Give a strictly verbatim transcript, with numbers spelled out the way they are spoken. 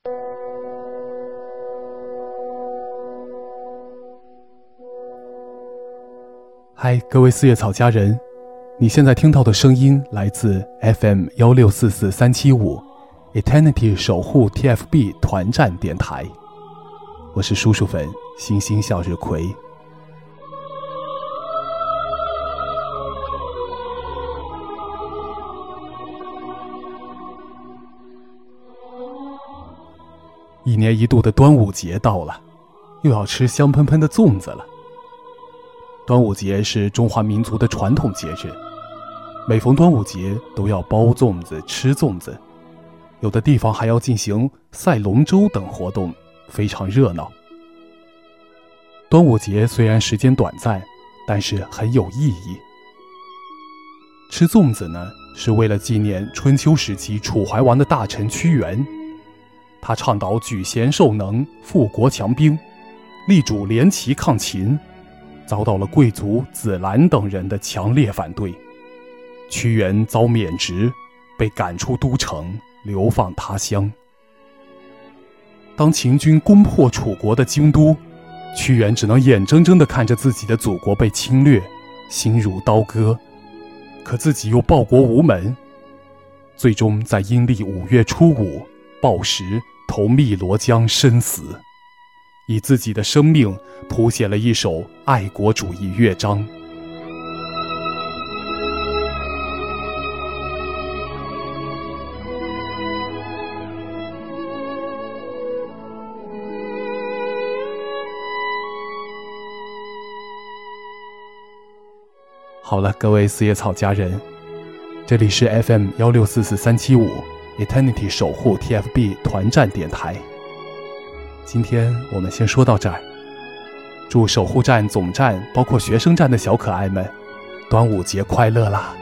嗨，各位四叶草家人，你现在听到的声音来自 F M 一六四四三七五 Eternity 守护 T F B 团战电台，我是叔叔粉星星向日葵。一年一度的端午节到了，又要吃香喷喷的粽子了。端午节是中华民族的传统节日，每逢端午节都要包粽子吃粽子，有的地方还要进行赛龙舟等活动，非常热闹。端午节虽然时间短暂，但是很有意义。吃粽子呢，是为了纪念春秋时期楚怀王的大臣屈原，他倡导举贤授能，富国强兵，力主联齐抗秦，遭到了贵族子兰等人的强烈反对。屈原遭免职，被赶出都城，流放他乡。当秦军攻破楚国的京都，屈原只能眼睁睁地看着自己的祖国被侵略，心如刀割，可自己又报国无门，最终在阴历五月初五暴食投汨罗江身死，以自己的生命谱写了一首爱国主义乐章。好了，各位四叶草家人，这里是 F M 一六四四三七五 Eternity 守护 T F B 团战电台。今天我们先说到这儿，祝守护站、总站包括学生站的小可爱们端午节快乐啦！